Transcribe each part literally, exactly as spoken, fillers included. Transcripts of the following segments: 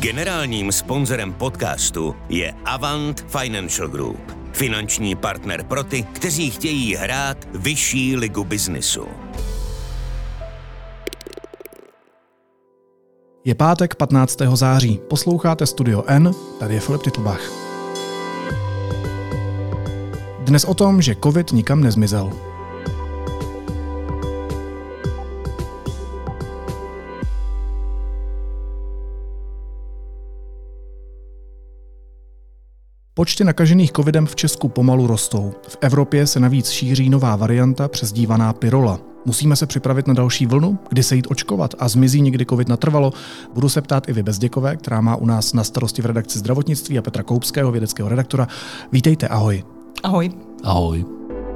Generálním sponzorem podcastu je Avant Financial Group, finanční partner pro ty, kteří chtějí hrát vyšší ligu biznisu. Je pátek patnáctého září, posloucháte Studio N, tady je Filip Titlbach. Dnes o tom, že covid nikam nezmizel. Počty nakažených covidem v Česku pomalu rostou. V Evropě se navíc šíří nová varianta přezdívaná Pyrola. Musíme se připravit na další vlnu, kdy se jít očkovat a zmizí někdy covid natrvalo. Budu se ptát Ivy Bezděkové, která má u nás na starosti v redakci zdravotnictví, a Petra Koupského, vědeckého redaktora. Vítejte, ahoj. Ahoj. Ahoj.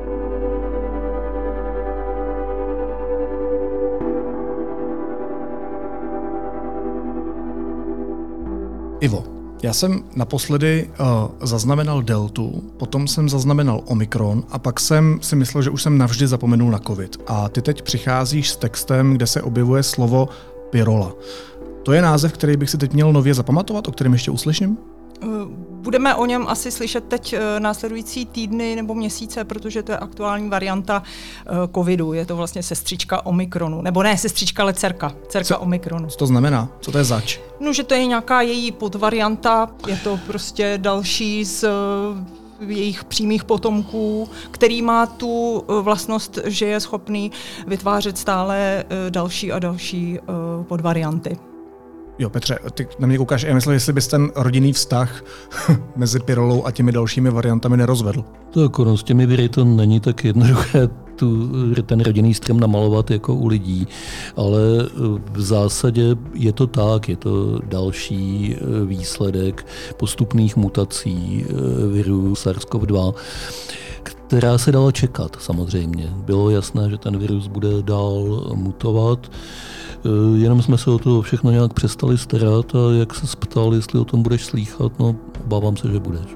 Ivo, já jsem naposledy uh, zaznamenal deltu, potom jsem zaznamenal omikron a pak jsem si myslel, že už jsem navždy zapomenul na covid. A ty teď přicházíš s textem, kde se objevuje slovo Pyrola. To je název, který bych si teď měl nově zapamatovat, o kterém ještě uslyším? Budeme o něm asi slyšet teď následující týdny nebo měsíce, protože to je aktuální varianta covidu. Je to vlastně sestřička omikronu. Nebo ne sestřička, ale dcerka. Dcerka co, omikronu. Co to znamená? Co to je zač? No, že to je nějaká její podvarianta. Je to prostě další z jejich přímých potomků, který má tu vlastnost, že je schopný vytvářet stále další a další podvarianty. Jo, Petře, ty na mě koukáš, já myslím, jestli bys ten rodinný vztah mezi Pyrolou a těmi dalšími variantami nerozvedl. To jako no, s těmi viry to není tak jednoduché tu, ten rodinný strom namalovat jako u lidí, ale v zásadě je to tak, je to další výsledek postupných mutací viru SARS-CoV dva, která se dala čekat samozřejmě. Bylo jasné, že ten virus bude dál mutovat, jenom jsme se o to všechno nějak přestali starat a jak se ptal, jestli o tom budeš slýchat, no obávám se, že budeš.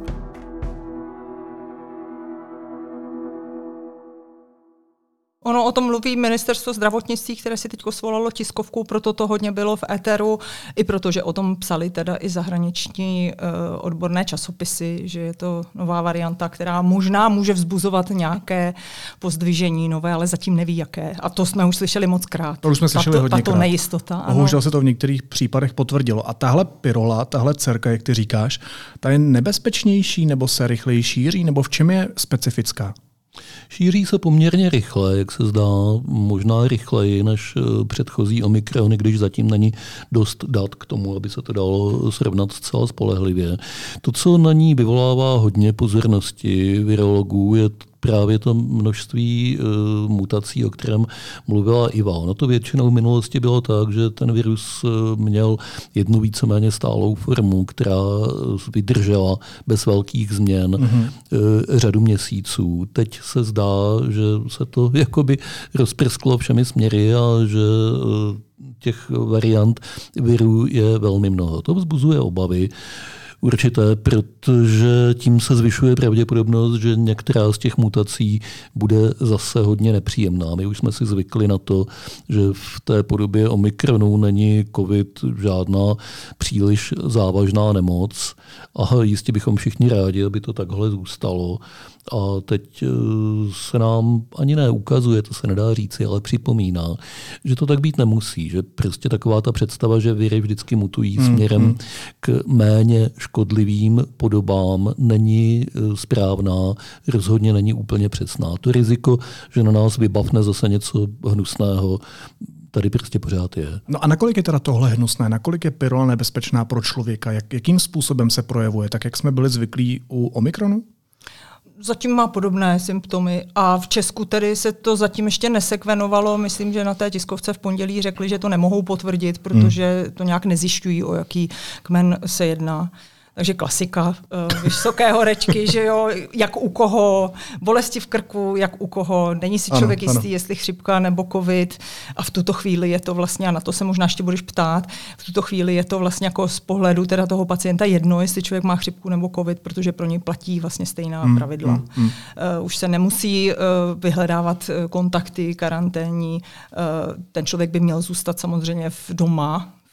Ono o tom mluví ministerstvo zdravotnictví, které si teď svolalo tiskovku, proto to hodně bylo v éteru, i protože o tom psali teda i zahraniční uh, odborné časopisy, že je to nová varianta, která možná může vzbuzovat nějaké pozdvižení nové, ale zatím neví jaké. A to jsme už slyšeli moc krát. To už jsme slyšeli tato, hodně tato krát. nejistota. Bohužel se to v některých případech potvrdilo. A tahle Pyrola, tahle dcerka, jak ty říkáš, ta je nebezpečnější nebo se rychleji šíří, nebo v čem je specifická? Šíří se poměrně rychle, jak se zdá, možná rychleji než předchozí omikron, když zatím není dost dat k tomu, aby se to dalo srovnat zcela spolehlivě. To, co na ní vyvolává hodně pozornosti virologů, je právě to množství uh, mutací, o kterém mluvila Iva. No to většinou v minulosti bylo tak, že ten virus uh, měl jednu víceméně stálou formu, která vydržela bez velkých změn mm-hmm. uh, řadu měsíců. Teď se zdá, že se to jakoby rozprsklo všemi směry a že uh, těch variant virů je velmi mnoho. To vzbuzuje obavy. Určité, protože tím se zvyšuje pravděpodobnost, že některá z těch mutací bude zase hodně nepříjemná. My už jsme si zvykli na to, že v té podobě omikronu není covid žádná příliš závažná nemoc a jistě bychom všichni rádi, aby to takhle zůstalo. A teď se nám ani neukazuje, to se nedá říci, ale připomíná, že to tak být nemusí, že prostě taková ta představa, že viry vždycky mutují mm, směrem mm. k méně škodlivým podobám, není správná, rozhodně není úplně přesná. To riziko, že na nás vybavne zase něco hnusného, tady prostě pořád je. No a nakolik je teda tohle hnusné? Nakolik je Pyrola nebezpečná pro člověka? Jak, jakým způsobem se projevuje? Tak jak jsme byli zvyklí u omikronu? Zatím má podobné symptomy a v Česku tedy se to zatím ještě nesekvenovalo. Myslím, že na té tiskovce v pondělí řekli, že to nemohou potvrdit, protože to nějak nezjišťují, o jaký kmen se jedná. Takže klasika uh, vysoké horečky, že jo, jak u koho, bolesti v krku, jak u koho, není si člověk ano, jistý, ano. jestli chřipka nebo covid a v tuto chvíli je to vlastně, a na to se možná ještě budeš ptát, v tuto chvíli je to vlastně jako z pohledu teda toho pacienta jedno, jestli člověk má chřipku nebo covid, protože pro něj platí vlastně stejná hmm, pravidla. Hmm, hmm. Uh, už se nemusí uh, vyhledávat kontakty, karanténní, uh, ten člověk by měl zůstat samozřejmě v doma,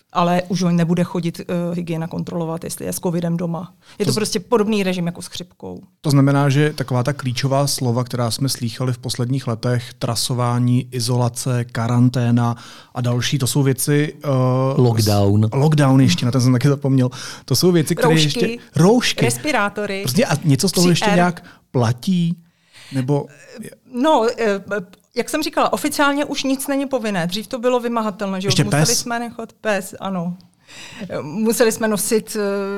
ale už ho nebude chodit uh, hygiena kontrolovat, jestli je s covidem doma. Je to, to prostě podobný režim jako s chřipkou. To znamená, že taková ta klíčová slova, která jsme slýchali v posledních letech, trasování, izolace, karanténa a další, to jsou věci... Uh, lockdown. Lockdown ještě, na ten jsem taky zapomněl. To jsou věci, které roušky, ještě... Roušky. Respirátory. Prostě a něco z toho ještě nějak platí? Nebo... No, jak jsem říkala, oficiálně už nic není povinné. Dřív to bylo vymahatelné, že ještě museli pes? jsme nechat pes, ano. Museli jsme nosit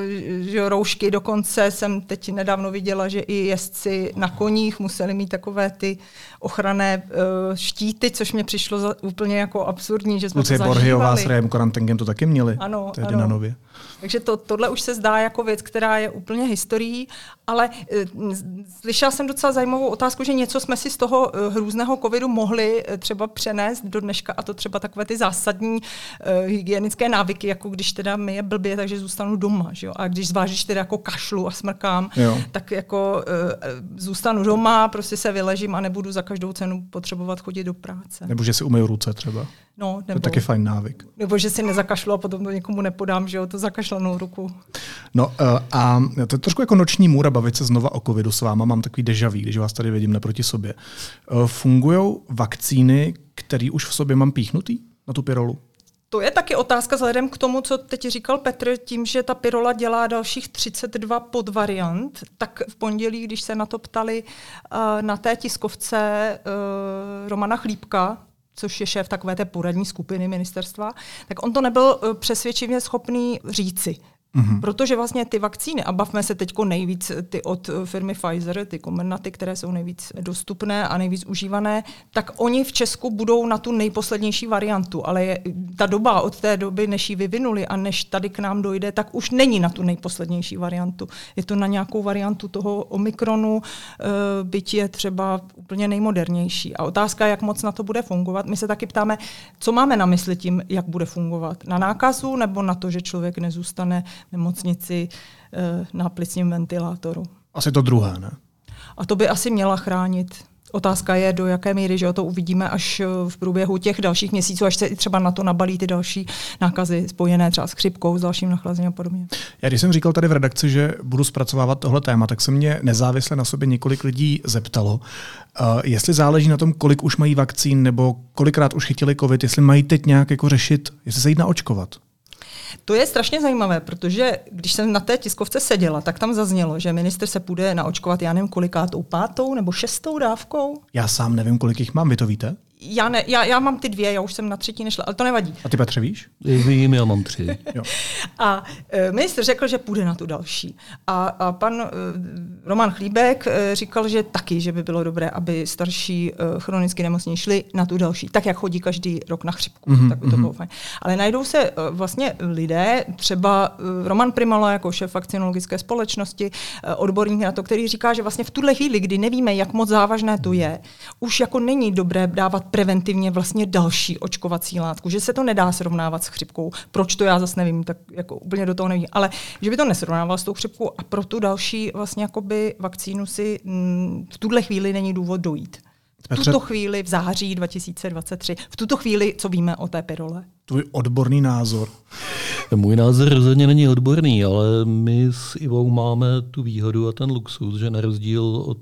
že, roušky, dokonce jsem teď nedávno viděla, že i jezdci na koních museli mít takové ty ochranné uh, štíty, což mě přišlo za, úplně jako absurdní, že jsme Lucie to Borhyová zažívali. s Rajem Korantengem to taky měli. Ano, tehdy ano. na Nově. Takže to, tohle už se zdá jako věc, která je úplně historií, ale uh, slyšela jsem docela zajímavou otázku, že něco jsme si z toho uh, hrůzného covidu mohli uh, třeba přenést do dneška, a to třeba takové ty zásadní uh, hygienické návyky, jako když teda mi je blbě, takže zůstanu doma. Že jo? A když zvážíš teda jako kašlu a smrkám, jo. tak jako uh, zůstanu doma, prostě se vyležím a nebudu za každou cenu potřebovat chodit do práce. Nebo že si umyju ruce třeba. No, nebo, to je taky fajn návyk. Nebo že si nezakašlu a potom to někomu nepodám, že jo, to zakašlanou ruku. No uh, a to je trošku jako noční můra bavit se znova o covidu s váma, mám takový déjà vu, když vás tady vidím naproti sobě. Uh, fungujou vakcíny, které už v sobě mám píchnutý na tu pyrolu? To je taky otázka vzhledem k tomu, co teď říkal Petr, tím, že ta pyrola dělá dalších třicet dva podvariant, tak v pondělí, když se na to ptali uh, na té tiskovce uh, Romana Chlípka, což je šéf takové té poradní skupiny ministerstva, tak on to nebyl uh, přesvědčivě schopný říci. Mm-hmm. Protože vlastně ty vakcíny, a bavme se teďko nejvíc ty od firmy Pfizer, ty Comirnaty, které jsou nejvíc dostupné a nejvíc užívané, tak oni v Česku budou na tu nejposlednější variantu, ale je, ta doba od té doby, než ji vyvinuli a než tady k nám dojde, tak už není na tu nejposlednější variantu. Je to na nějakou variantu toho Omikronu, byť je třeba úplně nejmodernější. A otázka, jak moc na to bude fungovat. My se taky ptáme, co máme na mysli tím, jak bude fungovat. Na nákazu nebo na to, že člověk nezůstane v nemocnici na plicním ventilátoru. Asi to druhé, ne? A to by asi měla chránit. Otázka je, do jaké míry, že to uvidíme až v průběhu těch dalších měsíců, až se třeba na to nabalí ty další nákazy spojené třeba s chřipkou, s dalším nachlazením a podobně. Já když jsem říkal tady v redakci, že budu zpracovávat tohle téma, tak se mě nezávisle na sobě několik lidí zeptalo, uh, jestli záleží na tom, kolik už mají vakcín, nebo kolikrát už chytili covid, jestli mají teď nějak jako řešit, jestli se jít naočkovat. To je strašně zajímavé, protože když jsem na té tiskovce seděla, tak tam zaznělo, že ministr se půjde naočkovat, já nevím, kolikátou, pátou nebo šestou dávkou. Já sám nevím, kolik jich mám, vy to víte? Já, ne, já, já mám ty dvě, já už jsem na třetí nešla, ale to nevadí. A ty, Petře, víš? Vím, já mám tři. Jo. A e, ministr řekl, že půjde na tu další. A, a pan e, Roman Chlíbek e, říkal, že taky, že by bylo dobré, aby starší e, chronicky nemocní šli na tu další. Tak, jak chodí každý rok na chřipku. Mm-hmm. Tak by to bylo fajn. Ale najdou se e, vlastně lidé, třeba e, Roman Primala jako šéf vakcinologické společnosti, e, odborník na to, který říká, že vlastně v tuhle chvíli, kdy nevíme, jak moc závažné to je, už jako není dobré dávat preventivně vlastně další očkovací látku, že se to nedá srovnávat s chřipkou. Proč to já zase nevím, tak jako úplně do toho nevím, ale že by to nesrovnával s tou chřipkou a pro tu další vlastně jakoby vakcínu si m, v tuhle chvíli není důvod dojít. V tuto chvíli v září dva tisíce dvacet tři, v tuto chvíli, co víme o té pyrole? Tvůj odborný názor. Můj názor rozhodně není odborný, ale my s Ivou máme tu výhodu a ten luxus, že na rozdíl od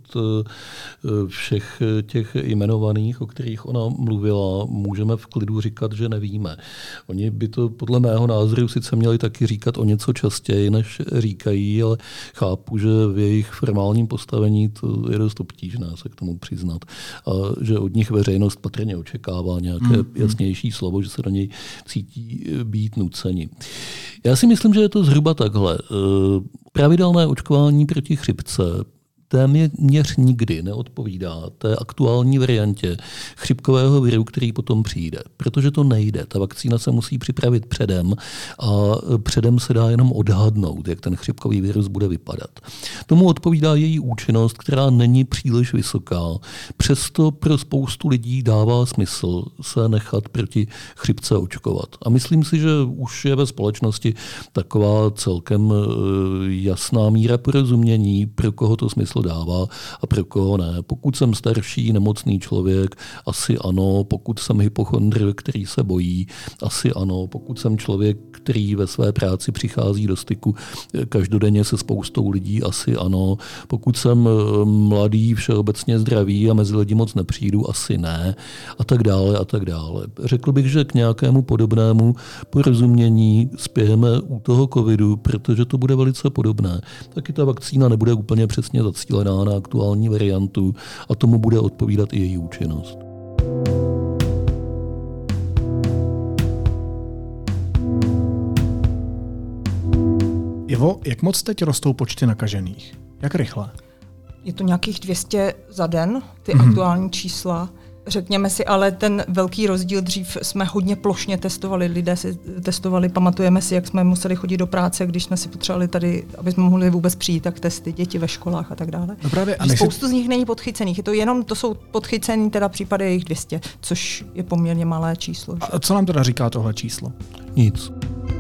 všech těch jmenovaných, o kterých ona mluvila, můžeme v klidu říkat, že nevíme. Oni by to podle mého názoru sice měli taky říkat o něco častěji, než říkají, ale chápu, že v jejich formálním postavení to je dost obtížné se k tomu přiznat. A že od nich veřejnost patrně očekává nějaké mm, jasnější slovo, že se do něj cítí být nuceni. Já si myslím, že je to zhruba takhle. Pravidelné očkování proti chřipce téměř nikdy neodpovídá té aktuální variantě chřipkového viru, který potom přijde. Protože to nejde. Ta vakcína se musí připravit předem a předem se dá jenom odhadnout, jak ten chřipkový virus bude vypadat. Tomu odpovídá její účinnost, která není příliš vysoká. Přesto pro spoustu lidí dává smysl se nechat proti chřipce očkovat. A myslím si, že už je ve společnosti taková celkem jasná míra porozumění, pro koho to smysl smysl dává a pro koho ne. Pokud jsem starší, nemocný člověk, asi ano. Pokud jsem hypochondr, který se bojí, asi ano. Pokud jsem člověk, který ve své práci přichází do styku každodenně se spoustou lidí, asi ano. Pokud jsem mladý, všeobecně zdravý a mezi lidi moc nepřijdu, asi ne. A tak dále a tak dále. Řekl bych, že k nějakému podobnému porozumění spějeme u toho covidu, protože to bude velice podobné. Taky ta vakcína nebude úplně přesně zacílená na aktuální variantu a tomu bude odpovídat i její účinnost. Ivo, jak moc teď rostou počty nakažených? Jak rychle? Je to nějakých dvě stě za den, ty mm-hmm. aktuální čísla. Řekněme si, ale ten velký rozdíl, dřív jsme hodně plošně testovali, lidé si testovali, pamatujeme si, jak jsme museli chodit do práce, když jsme si potřebovali tady, aby jsme mohli vůbec přijít, tak testy, děti ve školách a tak dále. No právě, a spoustu z nich není podchycených, je to jenom, to jsou podchycený teda případy jejich dvě stě, což je poměrně malé číslo. Že? A co nám teda říká tohle číslo? Nic.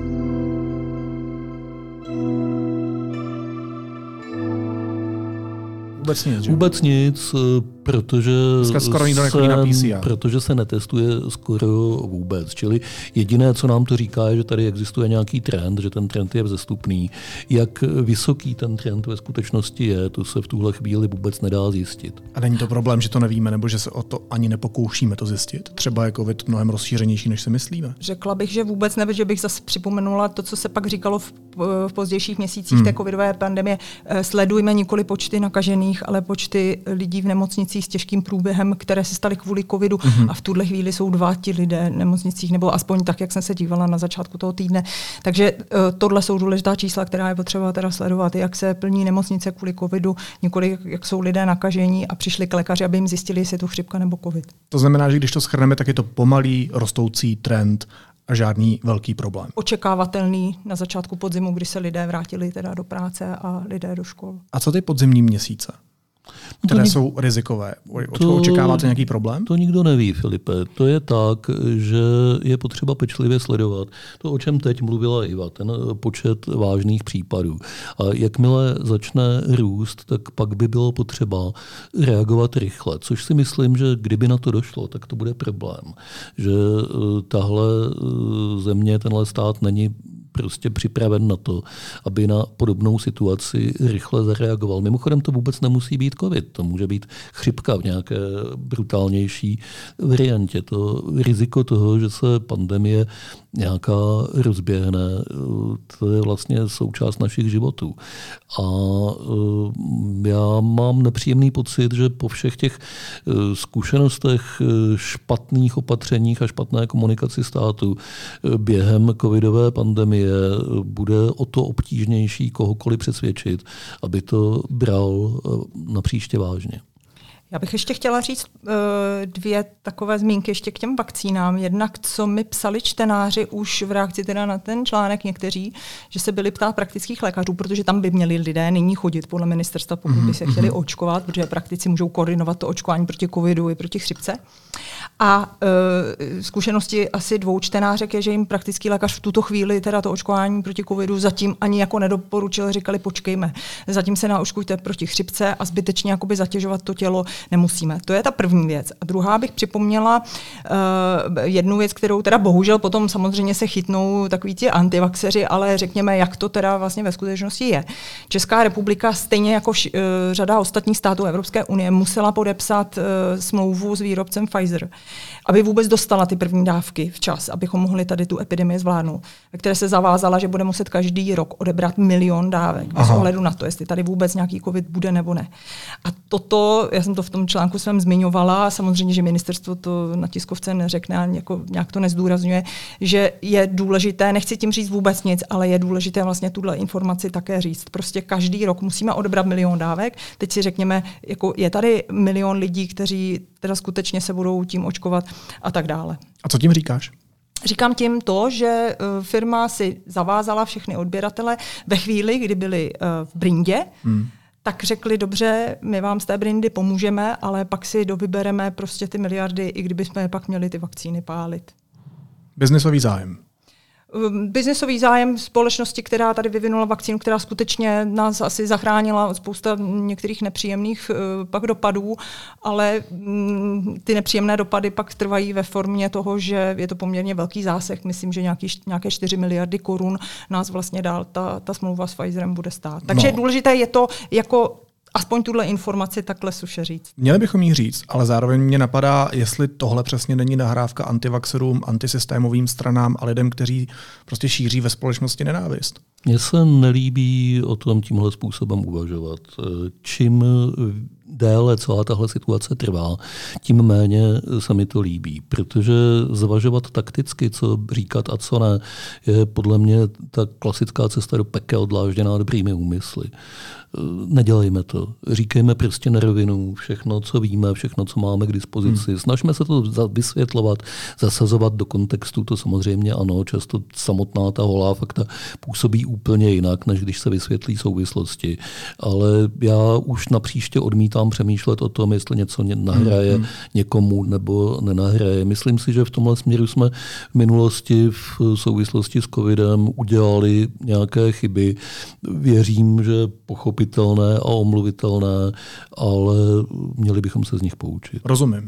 Vůbec nic, že? Vůbec nic, protože skoro nikdo se, nechodí na P C R. protože se netestuje skoro vůbec. Čili jediné, co nám to říká, je, že tady existuje nějaký trend, že ten trend je vzestupný. Jak vysoký ten trend ve skutečnosti je, to se v tuhle chvíli vůbec nedá zjistit. A není to problém, že to nevíme, nebo že se o to ani nepokoušíme to zjistit? Třeba je COVID mnohem rozšířenější, než si myslíme? Řekla bych, že vůbec ne, že bych zase připomenula to, co se pak říkalo v, v pozdějších měsících hmm. té covidové pandemie. Sledujme nikoli počty nakažených, ale počty lidí v nemocnicích s těžkým průběhem, které se staly kvůli covidu mm-hmm. a v tuhle chvíli jsou dva ti lidé v nemocnicích, nebo aspoň tak, jak jsem se dívala na začátku toho týdne. Takže uh, tohle jsou důležitá čísla, která je potřeba teda sledovat, jak se plní nemocnice kvůli covidu, nikoli jak jsou lidé nakažení a přišli k lékaři, aby jim zjistili, jestli je to chřipka nebo covid. To znamená, že když to shrneme, tak je to pomalý rostoucí trend a žádný velký problém. Očekávatelný na začátku podzimu, kdy se lidé vrátili teda do práce a lidé do škol. A co ty podzimní měsíce? Které nik- jsou rizikové. To, Očekáváte nějaký problém? To nikdo neví, Filipe. To je tak, že je potřeba pečlivě sledovat to, o čem teď mluvila Iva, ten počet vážných případů. A jakmile začne růst, tak pak by bylo potřeba reagovat rychle, což si myslím, že kdyby na to došlo, tak to bude problém. Že tahle země, tenhle stát není prostě připraven na to, aby na podobnou situaci rychle zareagoval. Mimochodem to vůbec nemusí být covid, to může být chřipka v nějaké brutálnější variantě. To riziko toho, že se pandemie nějaká rozběhne, to je vlastně součást našich životů. A já mám nepříjemný pocit, že po všech těch zkušenostech, špatných opatřeních a špatné komunikaci státu během covidové pandemie bude o to obtížnější kohokoliv přesvědčit, aby to bral napříště vážně. Já bych ještě chtěla říct uh, dvě takové zmínky ještě k těm vakcínám. Jednak, co mi psali čtenáři už v reakci teda na ten článek někteří, že se byli ptát praktických lékařů, protože tam by měli lidé nyní chodit podle ministerstva, pokud by se chtěli očkovat, protože praktici můžou koordinovat to očkování proti covidu i proti chřipce. A uh, zkušenosti asi dvou čtenářek je, že jim praktický lékař v tuto chvíli teda to očkování proti covidu zatím ani jako nedoporučil, říkali počkejme, zatím se naočkujte proti chřipce a zbytečně jakoby zatěžovat to tělo nemusíme. To je ta první věc. A druhá bych připomněla uh, jednu věc, kterou teda bohužel potom samozřejmě se chytnou takoví ti antivaxeři, ale řekněme, jak to teda vlastně ve skutečnosti je. Česká republika stejně jako š, uh, řada ostatních států Evropské unie musela podepsat uh, smlouvu s výrobcem Pfizer, aby vůbec dostala ty první dávky včas, abychom mohli tady tu epidemii zvládnout, ve které se zavázala, že bude muset každý rok odebrat milion dávek, bez ohledu na to, jestli tady vůbec nějaký covid bude nebo ne. A toto, já jsem to v tom článku jsem zmiňovala, samozřejmě, že ministerstvo to na tiskovce neřekne a jako, nějak to nezdůrazňuje, že je důležité, nechci tím říct vůbec nic, ale je důležité vlastně tuhle informaci také říct. Prostě každý rok musíme odebrat milion dávek. Teď si řekněme, jako je tady milion lidí, kteří teda skutečně se budou tím očkovat a tak dále. A co tím říkáš? Říkám tím to, že firma si zavázala všechny odběratele ve chvíli, kdy byli v brindě, hmm. tak řekli, dobře, my vám z té brindy pomůžeme, ale pak si dovybereme prostě ty miliardy, i kdybychom pak měli ty vakcíny pálit. Biznisový zájem. Biznesový zájem společnosti, která tady vyvinula vakcínu, která skutečně nás asi zachránila spousta některých nepříjemných pak dopadů, ale ty nepříjemné dopady pak trvají ve formě toho, že je to poměrně velký zásah. Myslím, že nějaký, nějaké čtyři miliardy korun nás vlastně dál ta, ta smlouva s Pfizerem bude stát. Takže no. důležité je to jako aspoň tuhle informaci takhle suše říct. Měli bychom jí říct, ale zároveň mě napadá, jestli tohle přesně není nahrávka antivaxerům, antisystémovým stranám a lidem, kteří prostě šíří ve společnosti nenávist. Mně se nelíbí o tom tímhle způsobem uvažovat. Čím déle celá tahle situace trvá, tím méně se mi to líbí, protože zvažovat takticky, co říkat a co ne, je podle mě ta klasická cesta do pekel dlážděná dobrými úmysly. Nedělejme to. Říkejme prostě na rovinu všechno, co víme, všechno, co máme k dispozici. Hmm. Snažme se to vysvětlovat, zasazovat do kontextu, to samozřejmě ano, často samotná ta holá fakta působí úplně jinak, než když se vysvětlí souvislosti. Ale já už napříště odmítám přemýšlet o tom, jestli něco nahraje hmm. někomu nebo nenahraje. Myslím si, že v tomhle směru jsme v minulosti v souvislosti s covidem udělali nějaké chyby. Věřím, že pochopitelné a omluvitelné, ale měli bychom se z nich poučit. Rozumím.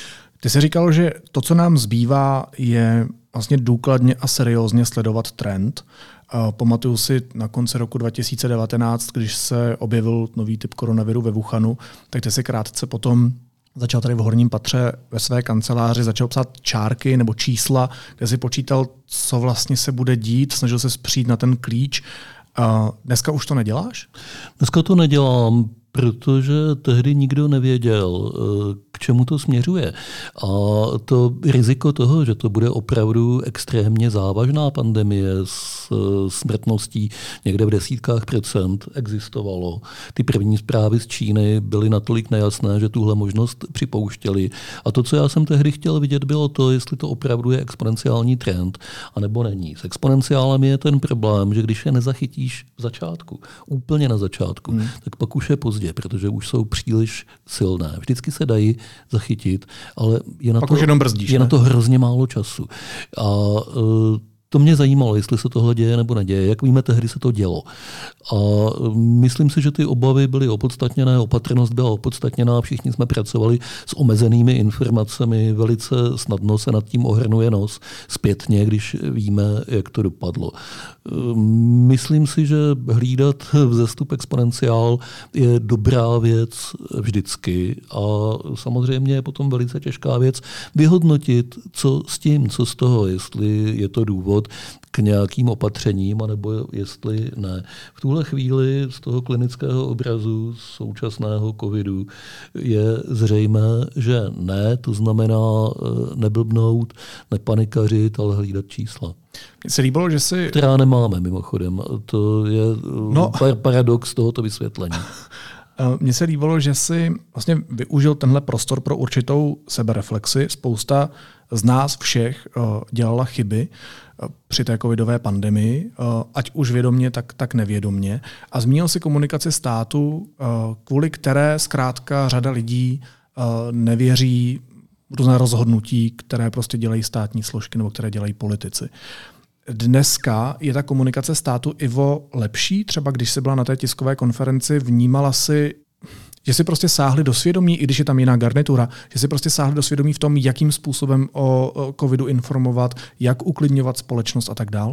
Ty jsi říkal, že to, co nám zbývá, je vlastně důkladně a seriózně sledovat trend. Pamatuju si na konci roku dva tisíce devatenáct, když se objevil nový typ koronaviru ve Wuhanu, tak ty si krátce potom začal tady v horním patře ve své kanceláři, začal psát čárky nebo čísla, kde si počítal, co vlastně se bude dít, snažil se přijít na ten klíč. Uh, dneska už to neděláš? Dneska to nedělám, protože tehdy nikdo nevěděl, k čemu to směřuje. A to riziko toho, že to bude opravdu extrémně závažná pandemie s smrtností někde v desítkách procent, existovalo. Ty první zprávy z Číny byly natolik nejasné, že tuhle možnost připouštěli. A to, co já jsem tehdy chtěl vidět, bylo to, jestli to opravdu je exponenciální trend, anebo není. S exponenciálem je ten problém, že když je nezachytíš v začátku, úplně na začátku, hmm. tak pak už je pozdě, protože už jsou příliš silné. Vždycky se dají zachytit, ale je na, to, jenom brzdíš, je na to hrozně málo času. A uh, to mě zajímalo, jestli se tohle děje nebo neděje. Jak víme, tehdy se to dělo. A myslím si, že ty obavy byly opodstatněné, opatrnost byla opodstatněná, všichni jsme pracovali s omezenými informacemi, velice snadno se nad tím ohrnuje nos zpětně, když víme, jak to dopadlo. Myslím si, že hlídat vzestup exponenciál je dobrá věc vždycky a samozřejmě je potom velice těžká věc vyhodnotit, co s tím, co z toho, jestli je to důvod k nějakým opatřením, anebo jestli ne. V tuhle chvíli z toho klinického obrazu současného covidu je zřejmé, že ne, to znamená neblbnout, nepanikařit, ale hlídat čísla. Mně se líbilo, že si... Která nemáme mimochodem. To je no. paradox tohoto vysvětlení. Mně se líbilo, že si vlastně využil tenhle prostor pro určitou sebereflexi. Spousta z nás všech dělala chyby při té covidové pandemii, ať už vědomně, tak, tak nevědomně. A zmínil si komunikaci státu, kvůli které zkrátka řada lidí nevěří různé rozhodnutí, které prostě dělají státní složky nebo které dělají politici. Dneska je ta komunikace státu, Ivo, lepší? Třeba když jsi byla na té tiskové konferenci, vnímala si, že si prostě sáhli do svědomí, i když je tam jiná garnitura, že si prostě sáhli do svědomí v tom, jakým způsobem o covidu informovat, jak uklidňovat společnost a tak dál?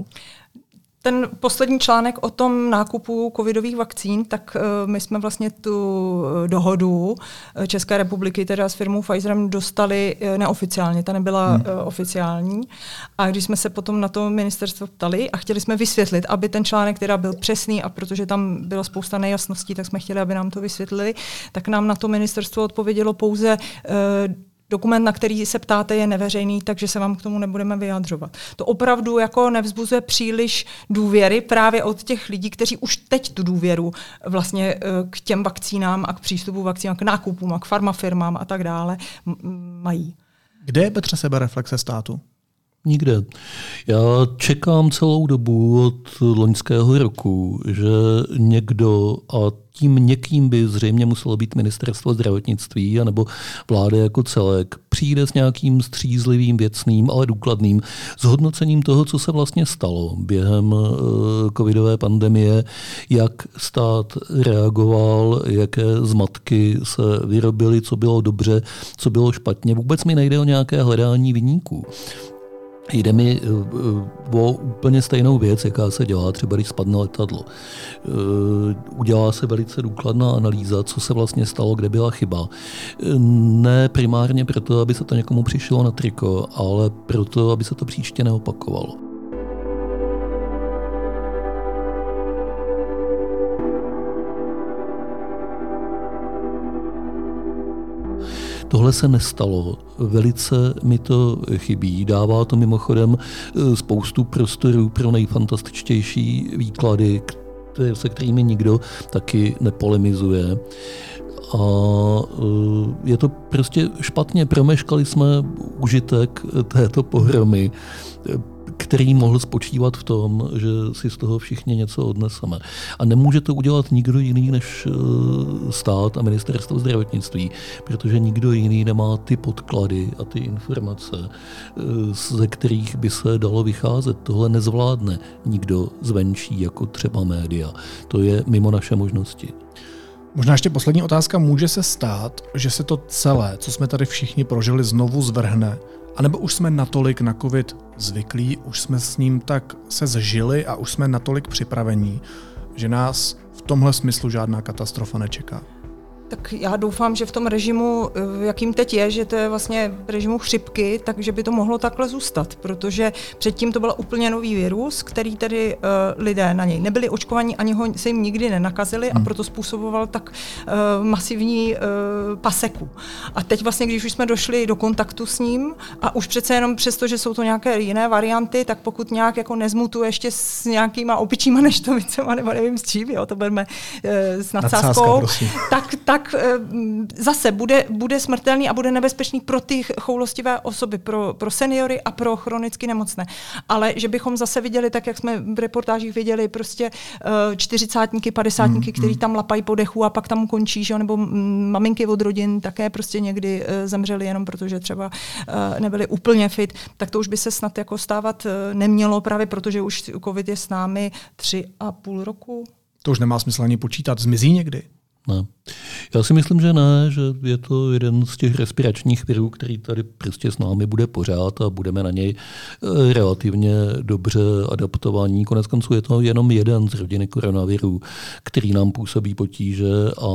Ten poslední článek o tom nákupu covidových vakcín, tak uh, my jsme vlastně tu dohodu České republiky teda s firmou Pfizerem dostali uh, neoficiálně, ta nebyla hmm. uh, oficiální. A když jsme se potom na to ministerstvo ptali a chtěli jsme vysvětlit, aby ten článek teda byl přesný a protože tam byla spousta nejasností, tak jsme chtěli, aby nám to vysvětlili, tak nám na to ministerstvo odpovědělo pouze uh, dokument, na který se ptáte, je neveřejný, takže se vám k tomu nebudeme vyjadřovat. To opravdu jako nevzbuzuje příliš důvěry právě od těch lidí, kteří už teď tu důvěru vlastně k těm vakcínám a k přístupu vakcínám, k nákupům a k farmafirmám a tak dále mají. Kde je, Petře, sebereflexe státu? Nikde. Já čekám celou dobu od loňského roku, že někdo, a tím někým by zřejmě muselo být ministerstvo zdravotnictví anebo vláda jako celek, přijde s nějakým střízlivým, věcným, ale důkladným zhodnocením toho, co se vlastně stalo během covidové pandemie, jak stát reagoval, jaké zmatky se vyrobily, co bylo dobře, co bylo špatně. Vůbec mi nejde o nějaké hledání viníků. Jde mi o úplně stejnou věc, jaká se dělá třeba, když spadne letadlo. Udělá se velice důkladná analýza, co se vlastně stalo, kde byla chyba. Ne primárně proto, aby se to někomu přišlo na triko, ale proto, aby se to příště neopakovalo. Tohle se nestalo, velice mi to chybí, dává to mimochodem spoustu prostorů pro nejfantastičtější výklady, které, se kterými nikdo taky nepolemizuje. A je to prostě špatně, promeškali jsme užitek této pohromy, který mohl spočívat v tom, že si z toho všichni něco odneseme. A nemůže to udělat nikdo jiný než stát a ministerstvo zdravotnictví, protože nikdo jiný nemá ty podklady a ty informace, ze kterých by se dalo vycházet. Tohle nezvládne nikdo zvenčí, jako třeba média. To je mimo naše možnosti. Možná ještě poslední otázka. Může se stát, že se to celé, co jsme tady všichni prožili, znovu zvrhne? A nebo už jsme natolik na covid zvyklí, už jsme s ním tak se zžili a už jsme natolik připravení, že nás v tomhle smyslu žádná katastrofa nečeká? Tak já doufám, že v tom režimu, jakým teď je, že to je vlastně režimu chřipky, takže by to mohlo takhle zůstat, protože předtím to byl úplně nový virus, který tedy uh, lidé na něj nebyli očkovaní, ani ho se jim nikdy nenakazili hmm. a proto způsoboval tak uh, masivní uh, paseku. A teď vlastně, když už jsme došli do kontaktu s ním a už přece jenom přesto, že jsou to nějaké jiné varianty, tak pokud nějak jako nezmutuje ještě s nějakýma opičíma neštovicema, nebo nevím s čím, jo, to berme uh, s nadsázkou, tak, tak tak zase bude, bude smrtelný a bude nebezpečný pro ty choulostivé osoby, pro, pro seniory a pro chronicky nemocné. Ale že bychom zase viděli, tak jak jsme v reportážích viděli, prostě čtyřicátníky, padesátníky, mm, který mm. tam lapají po dechu a pak tam končí, že? Nebo maminky od rodin také prostě někdy zemřely jenom protože třeba nebyly úplně fit, tak to už by se snad jako stávat nemělo, právě protože už covid je s námi tři a půl roku. To už nemá smysl ani počítat. Zmizí někdy? Ne. Já si myslím, že ne, že je to jeden z těch respiračních virů, který tady prostě s námi bude pořád a budeme na něj relativně dobře adaptovaní. Konec konců je to jenom jeden z rodiny koronavirů, který nám působí potíže a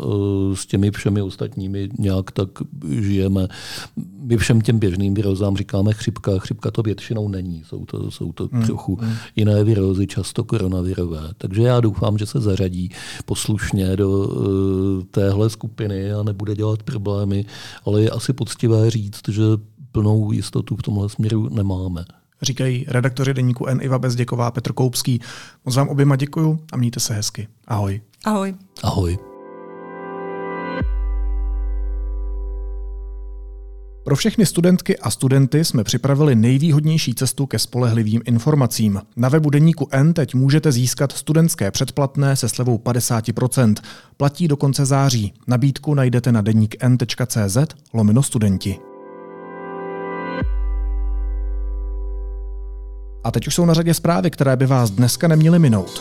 s těmi všemi ostatními nějak tak žijeme. My všem těm běžným virozám říkáme chřipka. Chřipka to většinou není. Jsou to, jsou to mm, trochu mm. jiné virózy, často koronavirové. Takže já doufám, že se zařadí poslušně do téhle skupiny a nebude dělat problémy, ale je asi poctivé říct, že plnou jistotu v tomhle směru nemáme. Říkají redaktoři deníku N Iva Bezděková, Petr Koupský. Moc vám oběma děkuju a mějte se hezky. Ahoj. Ahoj. Ahoj. Pro všechny studentky a studenty jsme připravili nejvýhodnější cestu ke spolehlivým informacím. Na webu deníku N teď můžete získat studentské předplatné se slevou padesát procent. Platí do konce září. Nabídku najdete na deník n tečka cé zet lomeno studenti. A teď už jsou na řadě zprávy, které by vás dneska neměly minout.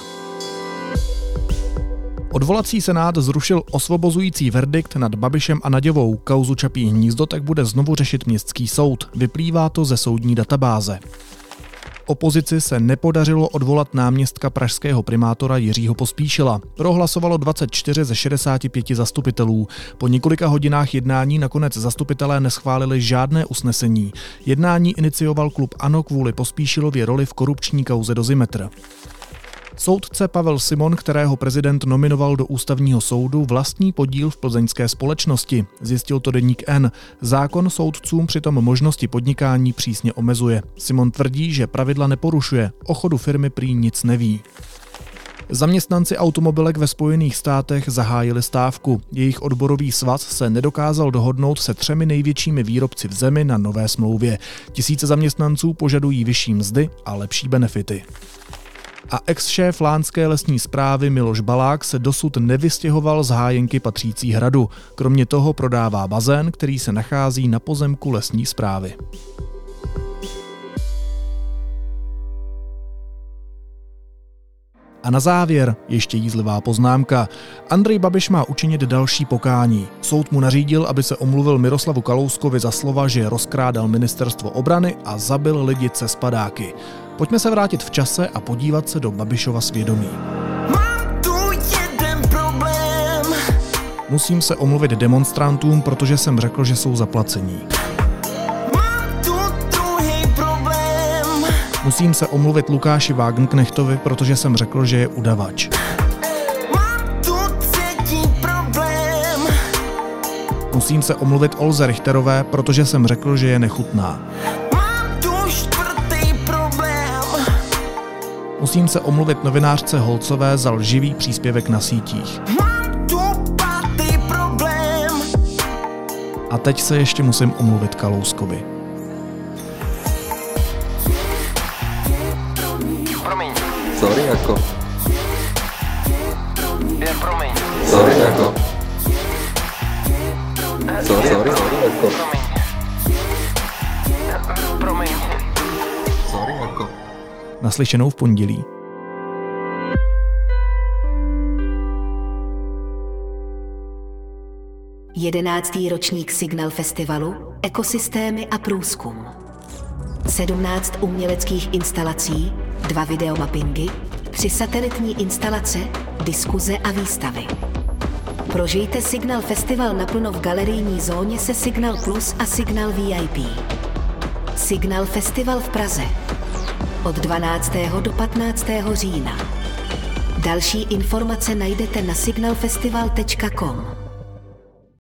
Odvolací senát zrušil osvobozující verdikt nad Babišem a Naďovou. Kauzu Čapí hnízdo tak bude znovu řešit městský soud. Vyplývá to ze soudní databáze. Opozici se nepodařilo odvolat náměstka pražského primátora Jiřího Pospíšila. Prohlasovalo dvacet čtyři ze šedesáti pěti zastupitelů. Po několika hodinách jednání nakonec zastupitelé neschválili žádné usnesení. Jednání inicioval klub ANO kvůli Pospíšilově roli v korupční kauze Dozimetr. Soudce Pavel Simon, kterého prezident nominoval do ústavního soudu, vlastní podíl v plzeňské společnosti. Zjistil to deník N. Zákon soudcům přitom možnosti podnikání přísně omezuje. Simon tvrdí, že pravidla neporušuje. O chodu firmy prý nic neví. Zaměstnanci automobilek ve Spojených státech zahájili stávku. Jejich odborový svaz se nedokázal dohodnout se třemi největšími výrobci v zemi na nové smlouvě. Tisíce zaměstnanců požadují vyšší mzdy a lepší benefity. A ex-šéf lánské lesní správy Miloš Balák se dosud nevystěhoval z hájenky patřící hradu. Kromě toho prodává bazén, který se nachází na pozemku lesní správy. A na závěr ještě jízlivá poznámka. Andrej Babiš má učinit další pokání. Soud mu nařídil, aby se omluvil Miroslavu Kalouskovi za slova, že rozkrádal ministerstvo obrany a zabil lidi cez padáky. Pojďme se vrátit v čase a podívat se do Babišova svědomí. Mám tu jeden problém. Musím se omluvit demonstrantům, protože jsem řekl, že jsou zaplacení. Musím se omluvit Lukáši Wagenknechtovi, protože jsem řekl, že je udavač. Musím se omluvit Olze Richterové, protože jsem řekl, že je nechutná. Musím se omluvit novinářce Holcové za lživý příspěvek na sítích. A teď se ještě musím omluvit Kalouskovi. Sorry, jako. Je, promiň. Sorry, jako. Sorry, sorry, sorry, jako. Promiň. Promiň. Sorry, jako. Naslyšenou v pondělí. Jedenáctý ročník Signal Festivalu, ekosystémy a průzkum. sedmnáct uměleckých instalací, dva videomappingy, tři satelitní instalace, diskuze a výstavy. Prožijte Signal Festival naplno v galerijní zóně se Signal Plus a Signal V I P. Signal Festival v Praze. Od dvanáctého do patnáctého října. Další informace najdete na signal festival tečka com.